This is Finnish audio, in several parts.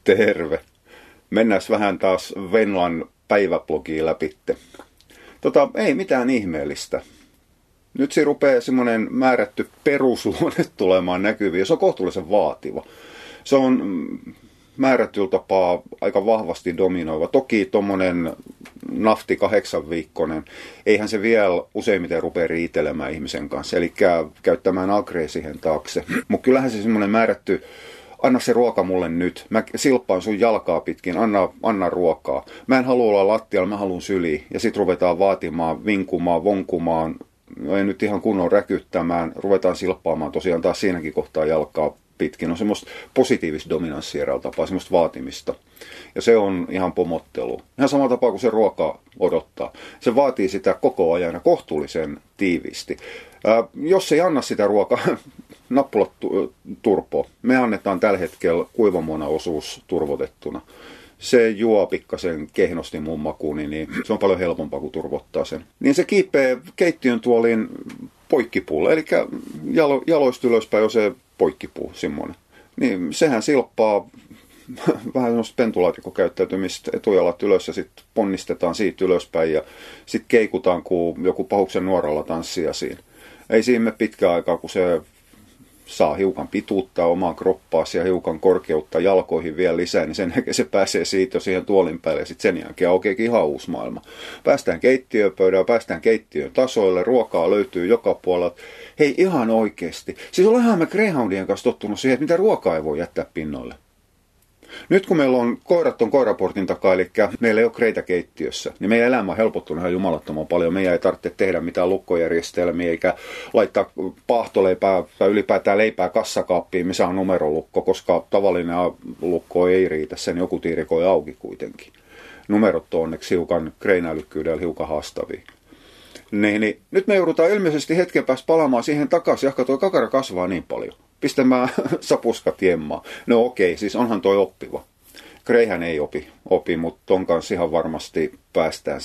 Terve. Mennään vähän taas Venlan päiväblogia läpitte. Ei mitään ihmeellistä. Nyt se rupeaa semmoinen määrätty perusluonne tulemaan näkyviin, ja se on kohtuullisen vaativa. Se on määrätyllä tapaa aika vahvasti dominoiva. Toki tommonen nafti 8-viikkoinen, eihän se vielä useimmiten rupea riitelemään ihmisen kanssa, eli käyttämään agree siihen taakse. Mutta kyllähän se semmoinen määrätty, anna se ruoka mulle nyt, mä silppaan sun jalkaa pitkin, anna ruokaa. Mä en halua olla lattialla, mä haluan syliin. Ja sit ruvetaan vaatimaan, vinkumaan, vonkumaan, ei nyt ihan kunnon räkyttämään, ruvetaan silppaamaan tosiaan taas siinäkin kohtaa jalkaa pitkin. On semmoista positiivista dominanssia eräällä tapaa, semmoista vaatimista. Ja se on ihan pomottelu. Ihan samalla tapaa kuin se ruoka odottaa. Se vaatii sitä koko ajan kohtuullisen tiiviisti. Jos ei anna sitä ruokaa, nappulat turpo. Me annetaan tällä hetkellä kuivamuonaosuus turvotettuna. Se juo pikkasen kehnosti mun makuuni, niin se on paljon helpompaa kuin turvottaa sen. Niin se kiipee keittiön tuolin poikkipuulle, eli jaloista ylöspäin on se poikkipuu, semmoinen. Niin sehän silppaa vähän semmoista pentulaatikkokäyttäytymistä, etujalat ylös ja sitten ponnistetaan siitä ylöspäin ja sitten keikutaan kuin joku pahuksen nuoralla tanssia siinä. Ei siinä mene pitkään aikaa, kun se saa hiukan pituutta omaan kroppaasi ja hiukan korkeutta jalkoihin vielä lisää, niin sen jälkeen se pääsee siitä jo siihen tuolin päälle ja sitten sen jälkeen aukeakin ihan uusi maailma. Päästään keittiöpöydään, päästään keittiön tasoille, ruokaa löytyy joka puolella. Hei, ihan oikeasti. Siis olenhan me greyhoundien kanssa tottunut siihen, että mitä ruokaa ei voi jättää pinnoille. Nyt kun meillä on koirat on koiraportin takaa, eli meillä ei ole kreitä keittiössä, niin meidän elämä on helpottunut ihan jumalattoman paljon. Meidän ei tarvitse tehdä mitään lukkojärjestelmiä, eikä laittaa paahtoleipää tai ylipäätään leipää kassakaappiin, missä on numerolukko, koska tavallinen lukko ei riitä, sen joku tiirikoi auki kuitenkin. Numerot on onneksi hiukan kreinälykkyydellä hiukan haastavia. Niin, nyt me joudutaan ilmeisesti hetken päästä palaamaan siihen takaisin, jahka tuo kakara kasvaa niin paljon. Pistämään sapuskat jemmaan. No okei, siis onhan toi oppiva. Greyhän ei opi, mutta ton kanssa ihan varmasti päästään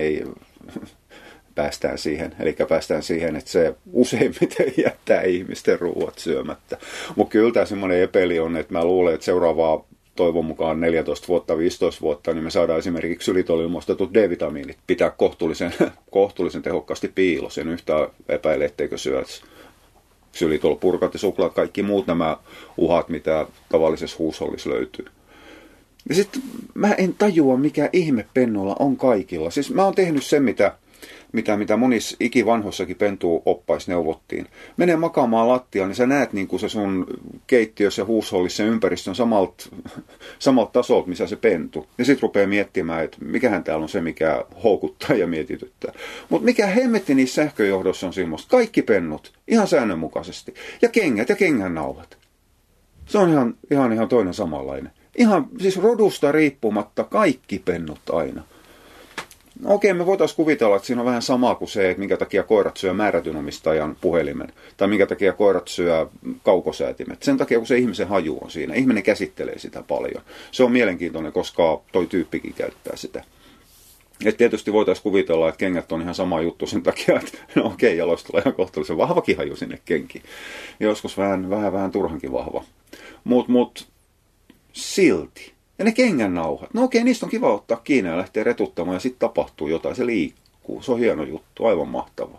siihen. Eli päästään siihen, että se useimmiten jättää ihmisten ruuat syömättä. Mutta kyllä tämä semmoinen epeli on, että mä luulen, että seuraavaa toivon mukaan 14 vuotta, 15 vuotta, niin me saadaan esimerkiksi ylitoliumostetut D-vitamiinit pitää kohtuullisen tehokkaasti piilossa. En yhtään epäile, etteikö syöt ksylitol, purkat ja suklaat, kaikki muut nämä uhat, mitä tavallisessa huushollissa löytyy. Ja sitten mä en tajua, mikä ihme pennulla on kaikilla. Siis mä oon tehnyt sen, mitä monissa ikivanhoissakin pentuoppaissa neuvottiin. Mene makaamaan lattiaan, niin sä näet niin kuin se sun keittiössä ja huushollissa ympäristön samalta tasolta, missä se pentu. Ja sit rupeaa miettimään, että mikähän täällä on se, mikä houkuttaa ja mietityttää. Mutta mikä hemmetti niissä sähköjohdossa on semmoista. Kaikki pennut, ihan säännönmukaisesti. Ja kengät ja kengännauhat. Se on ihan toinen samanlainen. Ihan siis rodusta riippumatta kaikki pennut aina. No okei, me voitaisiin kuvitella, että siinä on vähän sama kuin se, että minkä takia koirat syö määrätyn omistajan puhelimen. Tai minkä takia koirat syö kaukosäätimet. Sen takia, kun se ihmisen haju on siinä. Ihminen käsittelee sitä paljon. Se on mielenkiintoinen, koska toi tyyppikin käyttää sitä. Et tietysti voitaisiin kuvitella, että kengät on ihan sama juttu sen takia, että no okei, jaloista tulee ihan kohtuullisen vahvakin haju sinne kenkiin. Joskus vähän turhankin vahva. Mut silti. Ja ne kengännauhat. No okei, niistä on kiva ottaa kiinni ja lähteä retuttamaan ja sitten tapahtuu jotain. Se liikkuu. Se on hieno juttu. Aivan mahtava.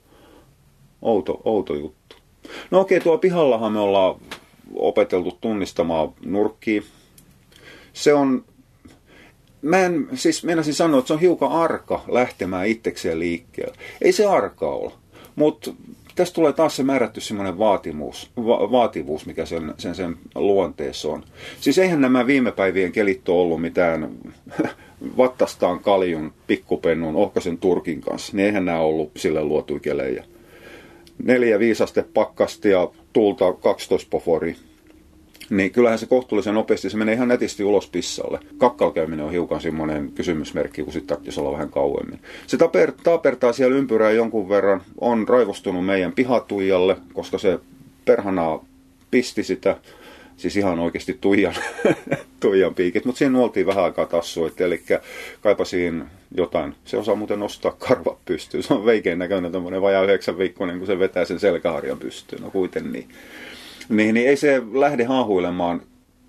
Outo juttu. No okei, tuolla pihallahan me ollaan opeteltu tunnistamaan nurkkia. Se on... Meinasin sanoa, että se on hiukan arka lähtemään itsekseen liikkeelle. Ei se arka ole. Mutta tästä tulee taas se määrätty semmoinen vaativuus, mikä sen luonteessa on. Siis eihän nämä viime päivien kelit ole ollut mitään vattastaan kaljun, pikkupennun, ohkaisen turkin kanssa. Niin eihän nämä ollut sille luotuja kelejä. 4-5 aste pakkasta ja tuulta 12 pofori. Niin kyllähän se kohtuullisen nopeasti, se menee ihan nätisti ulos pissalle. Kakkalla käyminen on hiukan semmoinen kysymysmerkki, kun sitten tarvitsisi olla vähän kauemmin. Se tapertaa siellä ympyrää jonkun verran, on raivostunut meidän pihatuijalle, koska se perhana pisti sitä, siis ihan oikeasti tuijan piikit. Mutta siinä oltiin vähän aikaa tassuit, eli kaipasin jotain. Se osaa muuten nostaa karvat pystyyn. Se on veikein näköinen tommoinen vajaa 9-viikkoinen, kun se vetää sen selkäharjan pystyyn. No kuitenkin niin. Niin ei se lähde haahuilemaan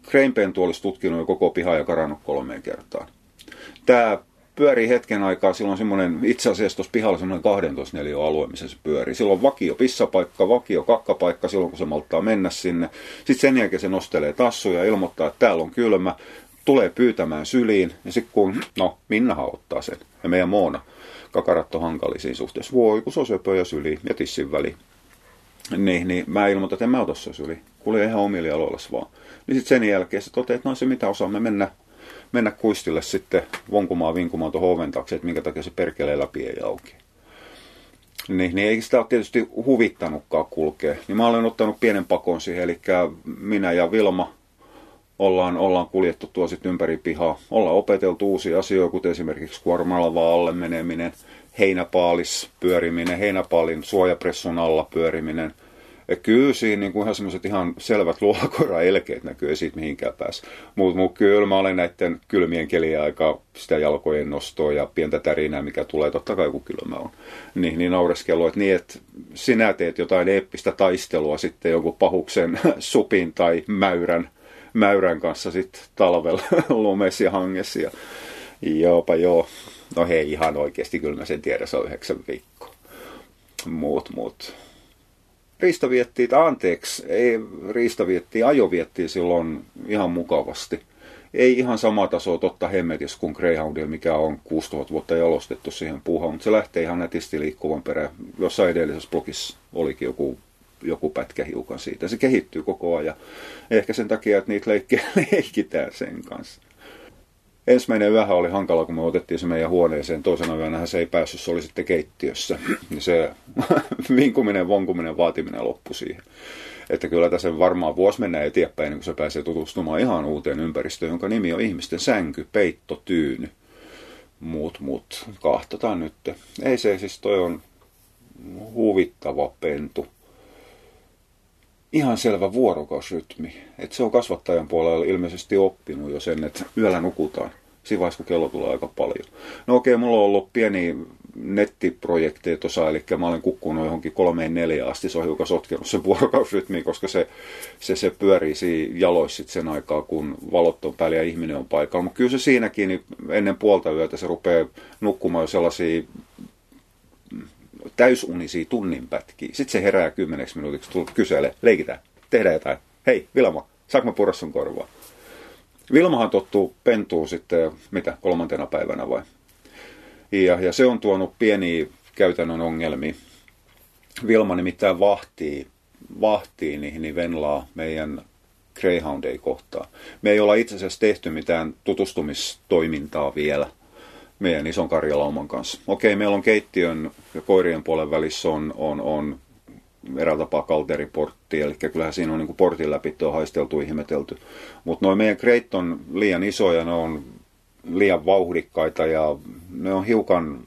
Kreinpentu olisi tutkinut jo koko pihaa ja karannut 3 kertaan. Tämä pyörii hetken aikaa, silloin on semmoinen, itse asiassa tuossa pihalla semmoinen 12 neliön alue, missä se pyörii. Silloin vakio pissapaikka, vakio kakkapaikka silloin, kun se malttaa mennä sinne. Sitten sen jälkeen se nostelee tassuja ja ilmoittaa, että täällä on kylmä, tulee pyytämään syliin. Ja sitten kun, Minnahan ottaa sen. Ja meidän Moona, kakarat on hankali siinä suhteessa. Voi, kun se on söpö ja syli ja tissin väli. Niin mä ilmoitan, että en mä ota se syli. Kulje ihan omille aloillas vaan. Niin sitten sen jälkeen se toteaa, että se mitä osaamme mennä kuistille sitten vinkumaan tuohon oven taakse, että minkä takia se perkelee läpi ei auki. Niin eikä sitä ole tietysti huvittanutkaan kulkea. Niin mä olen ottanut pienen pakon siihen, eli minä ja Vilma ollaan kuljettu tuo sitten ympäri pihaa. Ollaan opeteltu uusia asioita, kuten esimerkiksi kuormalavaa alle meneminen, heinäpaalis pyöriminen, heinäpaalin suojapressun alla pyöriminen. Ja kyllä siinä niin kuin ihan semmoiset ihan selvät luolakoira-elkeet näkyy, ei siitä mihinkään pääse. Mutta kyllä mä olen näiden kylmien kelien aikaa sitä jalkojen nostoa ja pientä tärinää, mikä tulee totta kai kun kylmä on. Niin naureskelua, että sinä teet jotain eeppistä taistelua sitten jonkun pahuksen supin tai mäyrän kanssa sitten talvella lumessa ja hangessa. Ja joo. No hei, ihan oikeasti kyllä mä sen tiedän, se on 9 viikkoa. Muut. Riista viettii, ajo viettii silloin ihan mukavasti. Ei ihan sama taso totta hemmetis kuin Greyhoundilla, mikä on 6000 vuotta jalostettu siihen puuhaan, mutta se lähtee ihan nätisti liikkuvan perään. Jossain edellisessä blogissa olikin joku pätkä hiukan siitä. Se kehittyy koko ajan. Ehkä sen takia, että niitä leikitään sen kanssa. Ensimmäinen vähän oli hankala, kun me otettiin se meidän huoneeseen. Toisena yönähän se ei päässyt, se oli sitten keittiössä. Niin se vinkuminen, vonkuminen, vaatiminen loppui siihen. Että kyllä tässä varmaan vuosi mennään eteenpäin, niin kun se pääsee tutustumaan ihan uuteen ympäristöön, jonka nimi on ihmisten sänky, peitto, tyyny. Muut. Kahtataan nyt. Ei se siis, toi on huvittava pentu. Ihan selvä vuorokausrytmi. Että se on kasvattajan puolella ilmeisesti oppinut jo sen, että yöllä nukutaan. Siinä vaiheessa, kun kello tulee aika paljon. No okei, mulla on ollut pieni nettiprojekteja tuossa, eli mä olen kukkunut johonkin 3-4 asti. Se on hiukan sotkenut sen vuorokausrytmiin, koska se pyörii siinä jaloissa sen aikaa, kun valot on päällä ja ihminen on paikalla. Mutta kyllä se siinäkin, niin ennen puolta yötä se rupeaa nukkumaan jo sellaisia täysunisia tunninpätkiä. Sitten se herää 10 minuutiksi, kyselee, leikitään, tehdään jotain. Hei, Vilma, saanko mä purra sun korvaa? Vilmahan tottuu pentuun sitten, 3. päivänä vai? Ja se on tuonut pieniä käytännön ongelmia. Vilma nimittäin vahtii niin Venlaa meidän Greyhoundeja kohtaan. Me ei olla itse asiassa tehty mitään tutustumistoimintaa vielä meidän ison karjalauman kanssa. Okei, meillä on keittiön ja koirien puolen välissä on eräällä tapaa kalteriportti, eli kyllähän siinä on niin kuin portin läpi on haisteltu, ihmetelty. Mutta nuo meidän kreit on liian isoja, ne on liian vauhdikkaita ja ne on hiukan,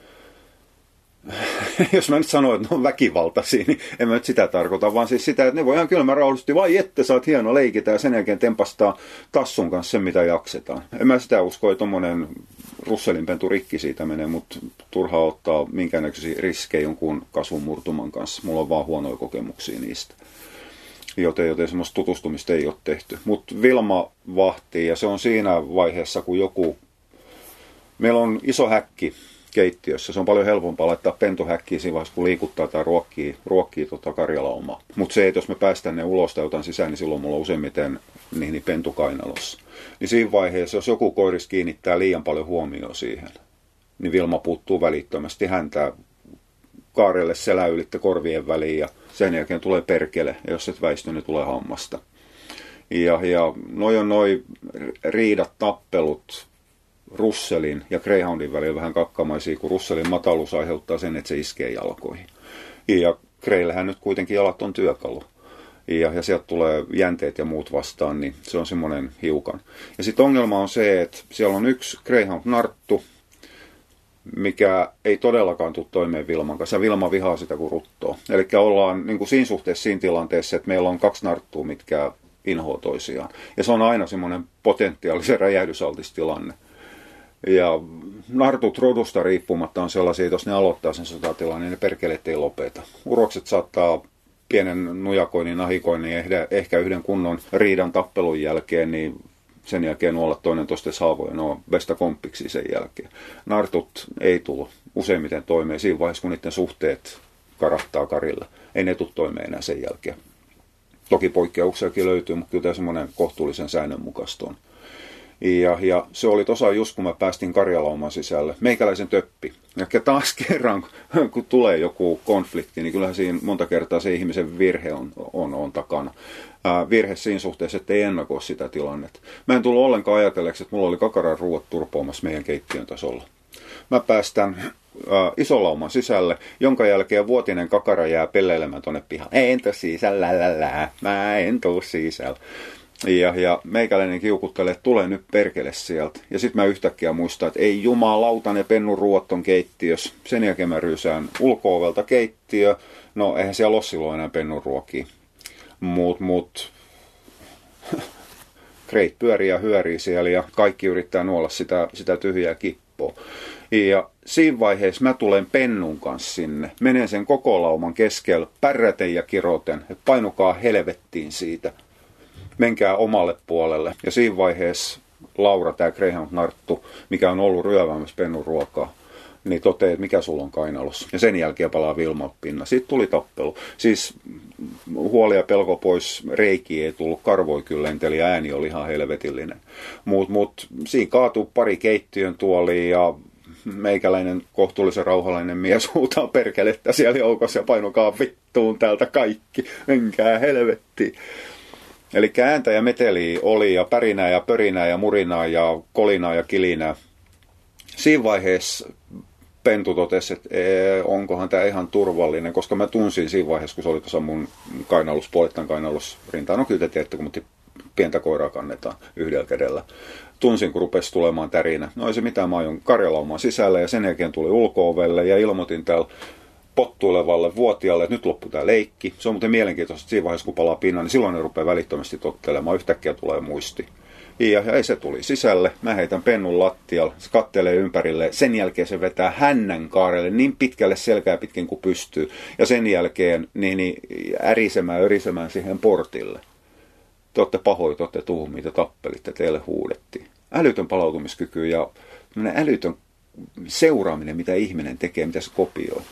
jos mä nyt sanon, että ne on väkivaltaisia, niin en mä nyt sitä tarkoita, vaan siis sitä, että ne voi ihan kylmä rauhallisesti, vai että sä oot hieno leikitä ja sen jälkeen tempastaa tassun kanssa sen, mitä jaksetaan. En mä sitä usko, että tommonen russelinpentu rikki siitä menee, mutta turhaa ottaa minkäännäköisiä riskejä jonkun kasvun murtuman kanssa. Mulla on vaan huonoja kokemuksia niistä. Joten semmoista tutustumista ei ole tehty. Mutta Vilma vahtii ja se on siinä vaiheessa, kun meillä on iso häkki keittiössä. Se on paljon helpompaa laittaa pentuhäkkiä siinä vaiheessa, kun liikuttaa tai ruokkii karjalaumaa. Mutta se, että jos me päästään ne ulos tai otan sisään, niin silloin mulla on useimmiten niin pentukainalossa. Niin siinä vaiheessa, jos joku koiris kiinnittää liian paljon huomioon siihen, niin Vilma puuttuu välittömästi häntä kaarelle selän ylittä korvien väliin ja sen jälkeen tulee perkele. Ja jos et väisty, niin tulee hammasta. Ja noi riidat, tappelut Russellin ja Greyhoundin välillä vähän kakkamaisia, kun Russellin mataluus aiheuttaa sen, että se iskee jalkoihin. Ja Greyllähän nyt kuitenkin jalat on työkalu. Ja sieltä tulee jänteet ja muut vastaan, niin se on semmoinen hiukan. Ja sitten ongelma on se, että siellä on yksi Greyhound-narttu, mikä ei todellakaan tule toimeen Vilman kanssa. Ja Vilma vihaa sitä kuin ruttoa. Eli ollaan niin kuin siinä suhteessa siinä tilanteessa, että meillä on 2 narttua, mitkä inhoa toisiaan. Ja se on aina semmoinen potentiaalisen räjähdysaltis tilanne. Ja nartut rodusta riippumatta on sellaisia, että jos ne aloittaa sen sotatilan, niin ne perkeleet ei lopeta. Urokset saattaa pienen nujakoinnin, ahikoinnin ja ehkä yhden kunnon riidan tappelun jälkeen, niin sen jälkeen nuolla toinen toisten haavoja, ne on besta komppiksi sen jälkeen. Nartut ei tullut useimmiten toimeen siinä vaiheessa, kun niiden suhteet karahtaa karilla. Ei ne tule toimeen enää sen jälkeen. Toki poikkeuksiakin löytyy, mutta kyllä tämä semmoinen kohtuullisen säännönmukaista on. Ja se oli tuossa just, kun mä päästin karjalauman sisälle. Meikäläisen töppi. Ja taas kerran, kun tulee joku konflikti, niin kyllähän siinä monta kertaa se ihmisen virhe on takana. Virhe siinä suhteessa, että ei ennakoi sitä tilannetta. Mä en tullut ollenkaan ajatelleeksi, että mulla oli kakaran ruuat turpoamassa meidän keittiön tasolla. Mä päästän ison lauman sisälle, jonka jälkeen vuotinen kakara jää pelleilemään tuonne pihalle. En tuu sisällä, mä en tuu sisällä. Ja meikäläinen kiukuttelee, että tulee nyt perkele sieltä. Ja sitten mä yhtäkkiä muistan, että ei jumalauta, ne pennun ruuat on keittiössä. Sen jälkeen mä ryysään ulko-ovelta keittiö. No eihän siellä ole silloin enää pennun ruokia. Mut kreit pyörii ja hyörii siellä ja kaikki yrittää nuolla sitä tyhjää kippoa. Ja siinä vaiheessa mä tulen pennun kanssa sinne. Menen sen koko lauman keskellä pärräten ja kiroten. Että painukaa helvettiin siitä. Menkää omalle puolelle. Ja siinä vaiheessa Laura, tämä Greyhound-narttu, mikä on ollut ryöväämässä pennun ruokaa, niin toteaa, että mikä sulla on kainalossa. Ja sen jälkeen palaa Vilma-pinna. Siitä tuli tappelu. Siis huoli ja pelko pois, reikiä ei tullut, karvoi kyllä lenteli ja ääni oli ihan helvetillinen. Mut siinä kaatui pari keittiön tuolia ja meikäläinen kohtuullisen rauhallinen mies huutaa perkelettä siellä joukossa ja painukaa vittuun täältä kaikki. Menkää helvettiin. Eli ääntä ja meteliä oli ja pärinää ja pörinää ja murinaa ja kolinaa ja kilinää. Siinä vaiheessa pentu totesi, että onkohan tämä ihan turvallinen, koska mä tunsin siinä vaiheessa, kun se oli tuossa mun puolittain kainallusrintaan. No kyllä te tiedätte, kun pientä koiraa kannetaan yhdellä kädellä. Tunsin, kun rupesi tulemaan tärinä. No ei se mitään, mä ajoin karjalaumaan sisälle ja sen jälkeen tuli ulko-ovelle ja ilmoitin täällä pottuilevalle vuotiaalle, että nyt loppui tämä leikki. Se on muuten mielenkiintoista, että siinä vaiheessa, kun palaa pinnan, niin silloin ne rupeaa välittömästi tottelemaan. Yhtäkkiä tulee muisti. Ja ei se tuli sisälle. Mä heitän pennun lattialle. Se kattelee ympärille. Sen jälkeen se vetää hännän kaarelle niin pitkälle selkää pitkin kuin pystyy. Ja sen jälkeen niin örisemään siihen portille. Te olette pahoja, te olette tuhmia, te tappelitte, teille huudettiin. Älytön palautumiskyky ja älytön seuraaminen, mitä ihminen tekee, mitä se kopioi.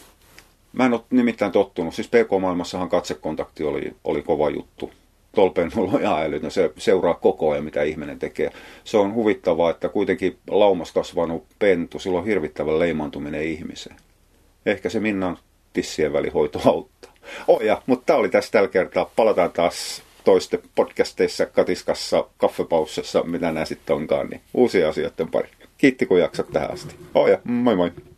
Mä en ole nimittäin tottunut. Siis PK-maailmassahan katsekontakti oli kova juttu. Tolpennulla on ihan älytön. Se seuraa koko ajan, mitä ihminen tekee. Se on huvittavaa, että kuitenkin laumas kasvanut pentu, sillä on hirvittävän leimaantuminen ihmiseen. Ehkä se Minnan tissien välihoito auttaa. Mutta tämä oli tässä tällä kertaa. Palataan taas toisten podcasteissa, katiskassa, kaffepaussessa, mitä nämä sitten onkaan. Niin uusia asioiden pari. Kiitti, kun jaksat tähän asti. Moi moi!